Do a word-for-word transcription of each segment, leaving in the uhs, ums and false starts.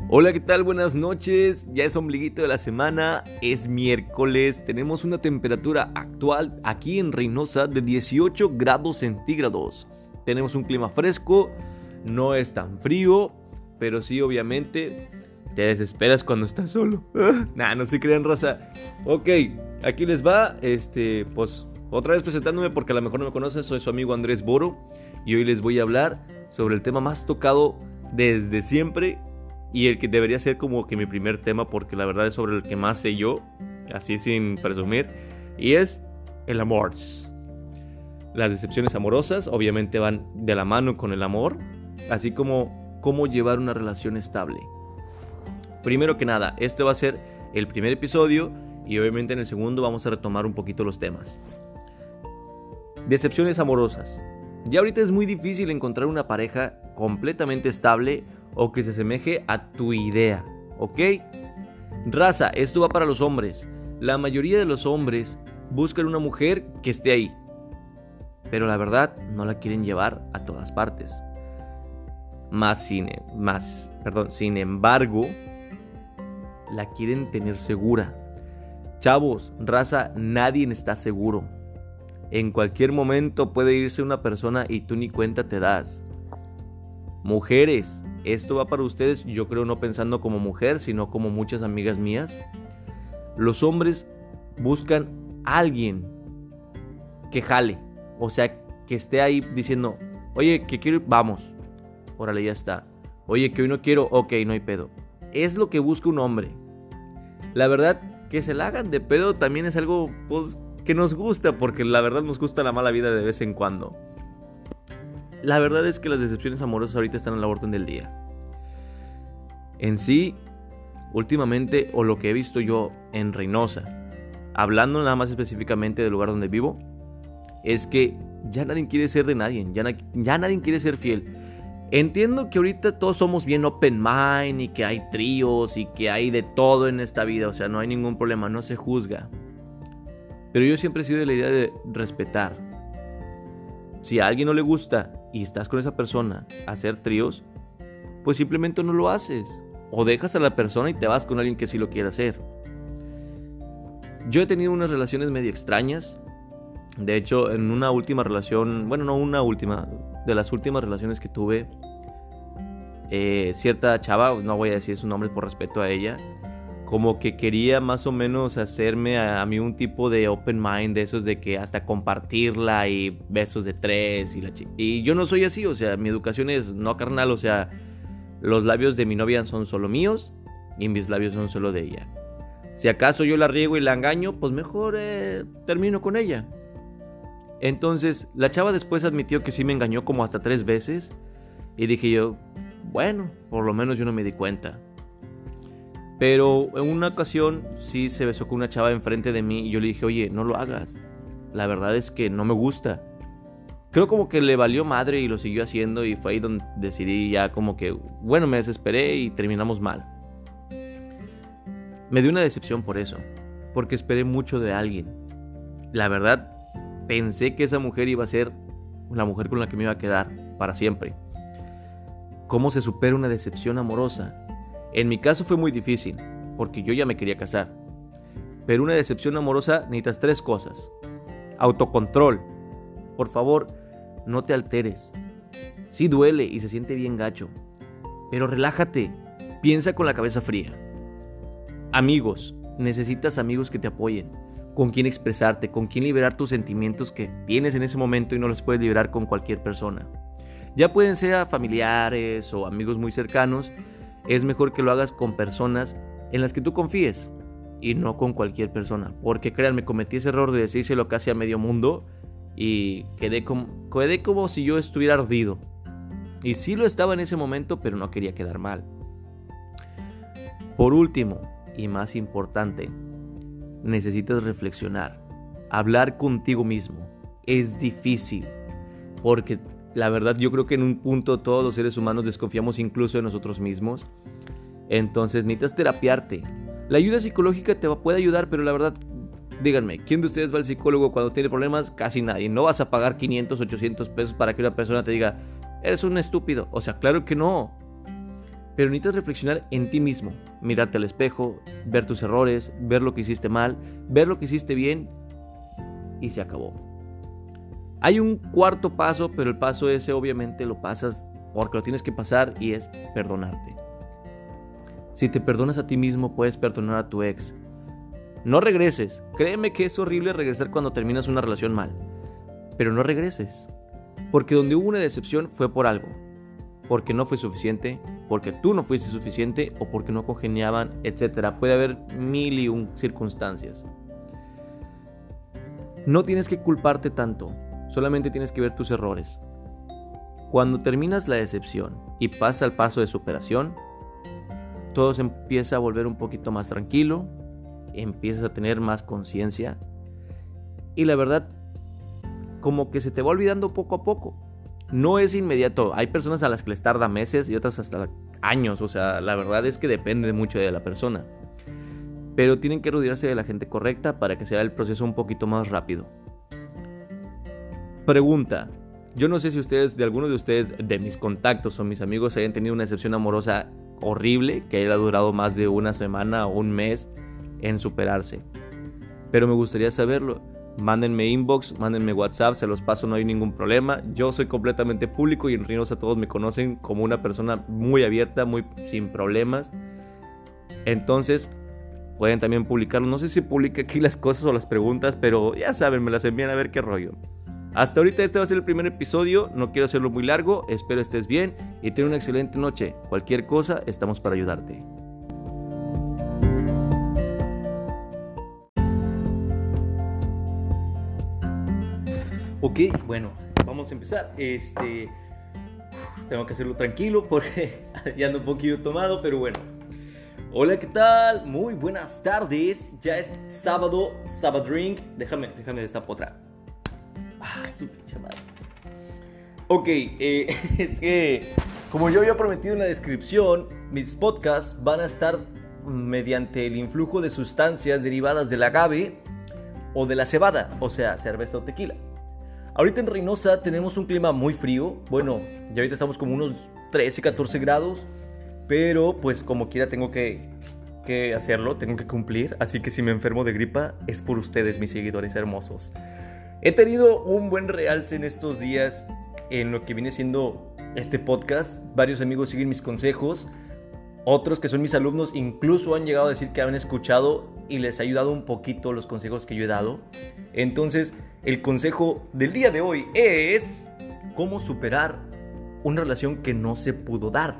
Hola, ¿qué tal? Buenas noches, ya es ombliguito de la semana, es miércoles, tenemos una temperatura actual aquí en Reynosa de dieciocho grados centígrados. Tenemos un clima fresco, no es tan frío, pero sí obviamente te desesperas cuando estás solo. Nah, no se crean, raza. Ok, aquí les va, este, pues otra vez presentándome porque a lo mejor no me conocen, soy su amigo Andrés Boro y hoy les voy a hablar sobre el tema más tocado desde siempre y el que debería ser como que mi primer tema, porque la verdad es sobre el que más sé yo, así sin presumir, y es el amor. Las decepciones amorosas obviamente van de la mano con el amor, así como cómo llevar una relación estable. Primero que nada, este va a ser el primer episodio y obviamente en el segundo vamos a retomar un poquito los temas. Decepciones amorosas. Ya ahorita es muy difícil encontrar una pareja completamente estable o que se asemeje a tu idea, ¿ok? Raza, esto va para los hombres. La mayoría de los hombres buscan una mujer que esté ahí, pero la verdad no la quieren llevar a todas partes. Más sin, más, perdón, sin embargo, la quieren tener segura. Chavos, raza, nadie está seguro. En cualquier momento puede irse una persona y tú ni cuenta te das. Mujeres, esto va para ustedes, yo creo no pensando como mujer, sino como muchas amigas mías. Los hombres buscan a alguien que jale, o sea, que esté ahí diciendo, oye, que quiero, vamos, órale, ya está. Oye, que hoy no quiero, ok, no hay pedo. Es lo que busca un hombre. La verdad, que se la hagan de pedo también es algo, pues, que nos gusta, porque la verdad nos gusta la mala vida de vez en cuando. La verdad es que las decepciones amorosas ahorita están a la orden del día. En sí, últimamente, o lo que he visto yo en Reynosa, hablando nada más específicamente del lugar donde vivo, es que ya nadie quiere ser de nadie, ya, na- ya nadie quiere ser fiel. Entiendo que ahorita todos somos bien open mind y que hay tríos y que hay de todo en esta vida, o sea, no hay ningún problema, no se juzga. Pero yo siempre he sido de la idea de respetar. Si a alguien no le gusta y estás con esa persona a hacer tríos, pues simplemente no lo haces. O dejas a la persona y te vas con alguien que sí lo quiere hacer. Yo he tenido unas relaciones medio extrañas. De hecho, en una última relación, bueno, no una última, de las últimas relaciones que tuve, eh, cierta chava, no voy a decir su nombre por respeto a ella, como que quería más o menos hacerme a, a mí un tipo de open mind, de esos de que hasta compartirla y besos de tres y la chi- y yo no soy así, o sea, mi educación es no carnal, o sea, los labios de mi novia son solo míos y mis labios son solo de ella. Si acaso yo la riego y la engaño, pues mejor eh, termino con ella. Entonces, la chava después admitió que sí me engañó como hasta tres veces y dije yo, bueno, por lo menos yo no me di cuenta. Pero en una ocasión sí se besó con una chava enfrente de mí y yo le dije, oye, no lo hagas. La verdad es que no me gusta. Creo como que le valió madre y lo siguió haciendo y fue ahí donde decidí ya como que, bueno, me desesperé y terminamos mal. Me dio una decepción por eso, porque esperé mucho de alguien. La verdad, pensé que esa mujer iba a ser la mujer con la que me iba a quedar para siempre. ¿Cómo se supera una decepción amorosa? En mi caso fue muy difícil, porque yo ya me quería casar. Pero una decepción amorosa necesitas tres cosas. Autocontrol. Por favor, no te alteres. Sí duele y se siente bien gacho, pero relájate. Piensa con la cabeza fría. Amigos. Necesitas amigos que te apoyen, con quien expresarte, con quien liberar tus sentimientos que tienes en ese momento y no los puedes liberar con cualquier persona. Ya pueden ser familiares o amigos muy cercanos. Es mejor que lo hagas con personas en las que tú confíes y no con cualquier persona. Porque créanme, cometí ese error de decírselo casi a medio mundo y quedé como, quedé como si yo estuviera ardido. Y sí lo estaba en ese momento, pero no quería quedar mal. Por último, y más importante, necesitas reflexionar. Hablar contigo mismo. Es difícil, porque la verdad yo creo que en un punto todos los seres humanos desconfiamos incluso de nosotros mismos. Entonces necesitas terapiarte. La ayuda psicológica te va, puede ayudar, pero la verdad, díganme, ¿quién de ustedes va al psicólogo cuando tiene problemas? Casi nadie. No vas a pagar quinientos, ochocientos pesos para que una persona te diga, eres un estúpido. O sea, claro que no. Pero necesitas reflexionar en ti mismo, mirarte al espejo, ver tus errores, ver lo que hiciste mal, ver lo que hiciste bien y se acabó. Hay un cuarto paso, pero el paso ese obviamente lo pasas porque lo tienes que pasar y es perdonarte. Si te perdonas a ti mismo, puedes perdonar a tu ex. No regreses. Créeme que es horrible regresar cuando terminas una relación mal. Pero no regreses. Porque donde hubo una decepción fue por algo. Porque no fue suficiente, porque tú no fuiste suficiente o porque no congeniaban, etcétera. Puede haber mil y un circunstancias. No tienes que culparte tanto. Solamente tienes que ver tus errores. Cuando terminas la decepción y pasa el paso de superación, todo se empieza a volver un poquito más tranquilo, empiezas a tener más conciencia y la verdad, como que se te va olvidando poco a poco. No es inmediato, hay personas a las que les tarda meses y otras hasta años, o sea, la verdad es que depende mucho de la persona. Pero tienen que rodearse de la gente correcta para que sea el proceso un poquito más rápido. Pregunta. Yo no sé si ustedes, de alguno de ustedes, de mis contactos o mis amigos, hayan tenido una decepción amorosa horrible que haya durado más de una semana o un mes en superarse. Pero me gustaría saberlo. Mándenme inbox, mándenme WhatsApp, se los paso, no hay ningún problema. Yo soy completamente público y en Reynosa todos me conocen como una persona muy abierta, muy sin problemas. Entonces, pueden también publicarlo. No sé si publica aquí las cosas o las preguntas, pero ya saben, me las envían a ver qué rollo. Hasta ahorita este va a ser el primer episodio, no quiero hacerlo muy largo, espero estés bien y ten una excelente noche. Cualquier cosa, estamos para ayudarte. Ok, bueno, vamos a empezar. Este, tengo que hacerlo tranquilo porque ya ando un poquito tomado, pero bueno. Hola, ¿qué tal? Muy buenas tardes. Ya es sábado, sábado drink. Déjame, déjame destapar otra. Ah, su pinche madre. Ok, eh, es que como yo había prometido en la descripción, mis podcasts van a estar mediante el influjo de sustancias derivadas del agave o de la cebada, o sea, cerveza o tequila. Ahorita en Reynosa tenemos un clima muy frío. Bueno, ya ahorita estamos como unos trece, catorce grados, pero pues como quiera tengo que, que hacerlo, tengo que cumplir. Así que si me enfermo de gripa es por ustedes, mis seguidores hermosos. He tenido un buen realce en estos días en lo que viene siendo este podcast. Varios amigos siguen mis consejos. Otros que son mis alumnos incluso han llegado a decir que han escuchado y les ha ayudado un poquito los consejos que yo he dado. Entonces, el consejo del día de hoy es cómo superar una relación que no se pudo dar.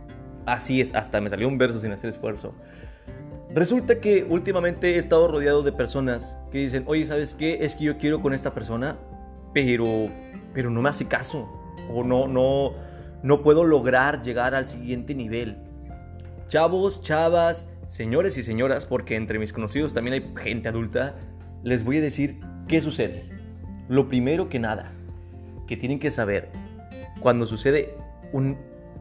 Así es, hasta me salió un verso sin hacer esfuerzo. Resulta que últimamente he estado rodeado de personas que dicen, oye, ¿sabes qué? Es que yo quiero con esta persona, pero, pero no me hace caso. O no, no, no puedo lograr llegar al siguiente nivel. Chavos, chavas, señores y señoras, porque entre mis conocidos también hay gente adulta, les voy a decir qué sucede. Lo primero que nada, que tienen que saber, cuando sucede un,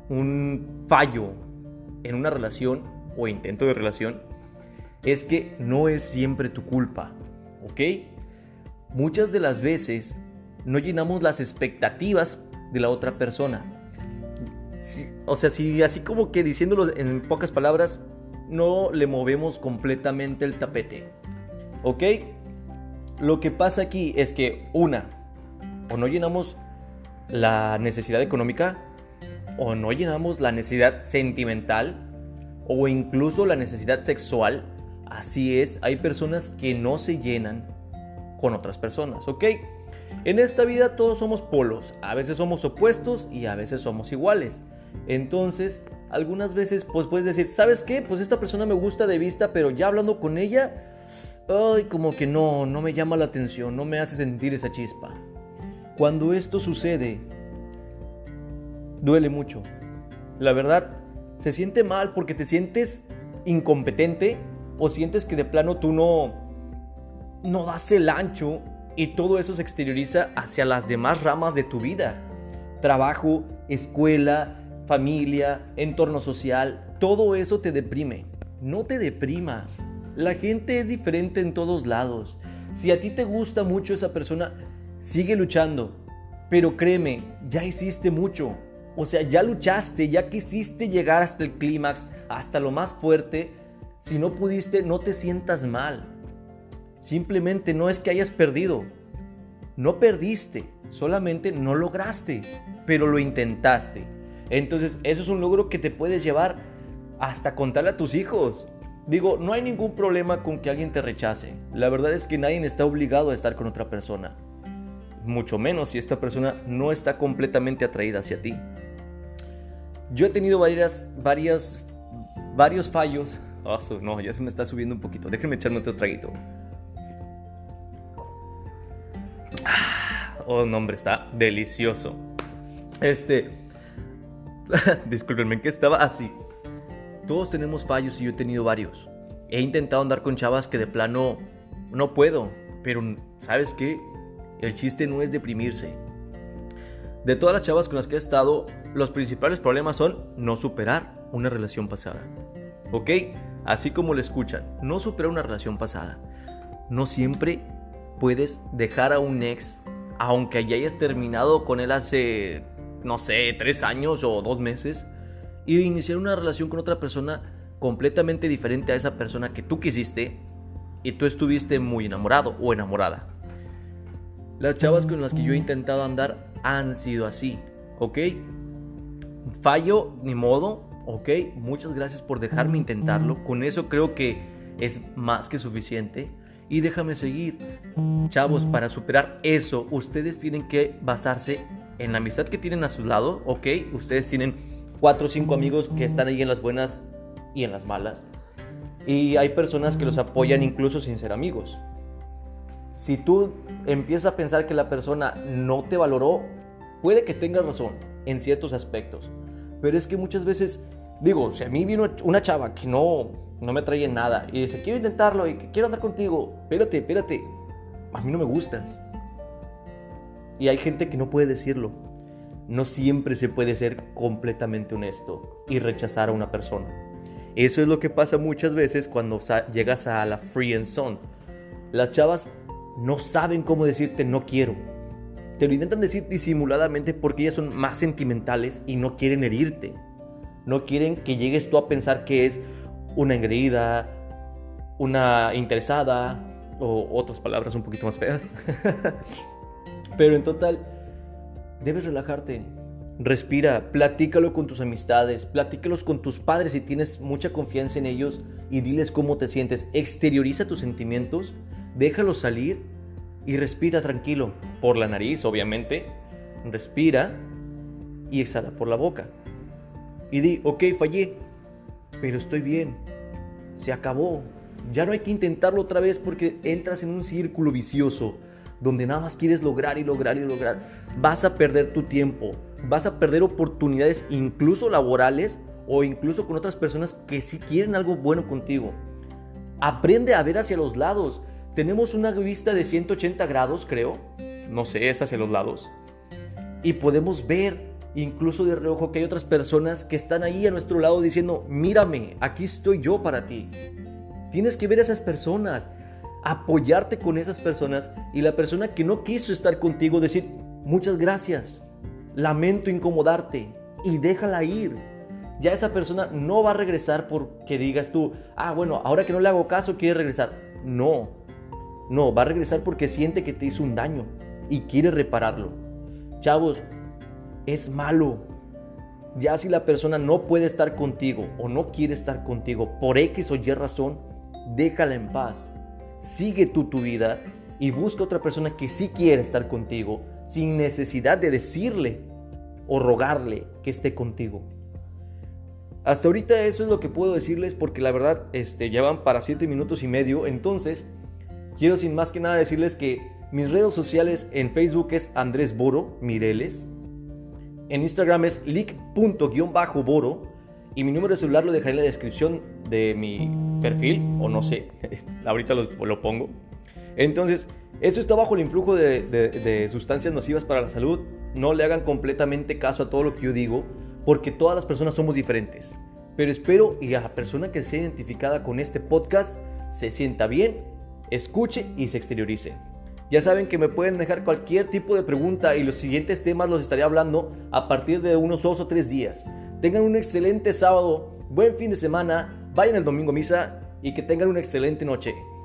un fallo en una relación o intento de relación, es que no es siempre tu culpa, ¿ok? Muchas de las veces no llenamos las expectativas de la otra persona. Si, o sea, si así como que diciéndolo en pocas palabras, no le movemos completamente el tapete, ¿ok? Lo que pasa aquí es que, una, o no llenamos la necesidad económica, o no llenamos la necesidad sentimental, o incluso la necesidad sexual. Así es, hay personas que no se llenan con otras personas, ¿ok? En esta vida todos somos polos, a veces somos opuestos y a veces somos iguales. Entonces, algunas veces pues puedes decir, ¿sabes qué? Pues esta persona me gusta de vista, pero ya hablando con ella, ay, como que no, no me llama la atención, no me hace sentir esa chispa. Cuando esto sucede, duele mucho. La verdad, se siente mal porque te sientes incompetente o sientes que de plano tú no, no das el ancho y todo eso se exterioriza hacia las demás ramas de tu vida. Trabajo, escuela, familia, entorno social, todo eso te deprime. No te deprimas. La gente es diferente en todos lados. Si a ti te gusta mucho esa persona, sigue luchando. Pero créeme, ya hiciste mucho. O sea, ya luchaste, ya quisiste llegar hasta el clímax, hasta lo más fuerte. Si no pudiste, no te sientas mal. Simplemente no es que hayas perdido. No perdiste, solamente no lograste, pero lo intentaste. Entonces, eso es un logro que te puedes llevar hasta contarle a tus hijos. Digo, no hay ningún problema con que alguien te rechace. La verdad es que nadie está obligado a estar con otra persona. Mucho menos si esta persona no está completamente atraída hacia ti. Yo he tenido varias, varias, varios fallos. Oh, no, ya se me está subiendo un poquito. Déjenme echarme otro traguito. Oh, no, hombre, está delicioso. Este... Discúlpenme, ¿en qué estaba? Así. Ah, todos tenemos fallos y yo he tenido varios. He intentado andar con chavas que de plano no puedo. Pero, ¿sabes qué? El chiste no es deprimirse. De todas las chavas con las que he estado, los principales problemas son no superar una relación pasada. ¿Ok? Así como lo escuchan, no superar una relación pasada. No siempre puedes dejar a un ex, aunque ya hayas terminado con él hace, no sé, tres años o dos meses, y iniciar una relación con otra persona completamente diferente a esa persona que tú quisiste y tú estuviste muy enamorado o enamorada. Las chavas con las que yo he intentado andar han sido así, ¿ok? Fallo, ni modo, ¿ok? Muchas gracias por dejarme intentarlo. Con eso creo que es más que suficiente. Y déjame seguir. Chavos, para superar eso, ustedes tienen que basarse en la amistad que tienen a su lado, ¿ok? Ustedes tienen cuatro o cinco amigos que están ahí en las buenas y en las malas. Y hay personas que los apoyan incluso sin ser amigos. Si tú empiezas a pensar que la persona no te valoró, puede que tengas razón en ciertos aspectos. Pero es que muchas veces, digo, si a mí vino una chava que no, no me trae nada y dice, quiero intentarlo y quiero andar contigo, espérate, espérate, a mí no me gustas. Y hay gente que no puede decirlo. No siempre se puede ser completamente honesto y rechazar a una persona. Eso es lo que pasa muchas veces cuando llegas a la friend zone. Las chavas no saben cómo decirte no quiero. Te lo intentan decir disimuladamente porque ellas son más sentimentales y no quieren herirte. No quieren que llegues tú a pensar que es una engreída, una interesada o otras palabras un poquito más feas. Pero en total, debes relajarte. Respira, platícalo con tus amistades, platícalos con tus padres si tienes mucha confianza en ellos y diles cómo te sientes. Exterioriza tus sentimientos, déjalos salir y respira tranquilo. Por la nariz, obviamente. Respira y exhala por la boca. Y di, ok, fallé, pero estoy bien. Se acabó. Ya no hay que intentarlo otra vez porque entras en un círculo vicioso donde nada más quieres lograr y lograr y lograr. Vas a perder tu tiempo. Vas a perder oportunidades incluso laborales o incluso con otras personas que sí quieren algo bueno contigo. Aprende a ver hacia los lados. Tenemos una vista de ciento ochenta grados, creo. No sé, es hacia los lados. Y podemos ver incluso de reojo que hay otras personas que están ahí a nuestro lado diciendo, mírame, aquí estoy yo para ti. Tienes que ver a esas personas, apoyarte con esas personas y la persona que no quiso estar contigo decir, muchas gracias, lamento incomodarte y déjala ir. Ya esa persona no va a regresar porque digas tú, ah, bueno, ahora que no le hago caso quiere regresar. No, no, va a regresar porque siente que te hizo un daño y quiere repararlo. Chavos, es malo. Ya si la persona no puede estar contigo o no quiere estar contigo por X o Y razón, déjala en paz. Sigue tú tu vida y busca otra persona que sí quiere estar contigo sin necesidad de decirle o rogarle que esté contigo. Hasta ahorita eso es lo que puedo decirles porque la verdad este, ya van para siete minutos y medio. Entonces quiero sin más que nada decirles que mis redes sociales en Facebook es Andrés Boro Mireles. En Instagram es lic punto guión bajo boro. Y mi número de celular lo dejaré en la descripción de mi perfil. O no sé, ahorita lo, lo pongo. Entonces, esto está bajo el influjo de, de, de sustancias nocivas para la salud. No le hagan completamente caso a todo lo que yo digo, porque todas las personas somos diferentes. Pero espero que la persona que sea identificada con este podcast se sienta bien, escuche y se exteriorice. Ya saben que me pueden dejar cualquier tipo de pregunta y los siguientes temas los estaré hablando a partir de unos dos o tres días. Tengan un excelente sábado, buen fin de semana, vayan el domingo a misa y que tengan una excelente noche.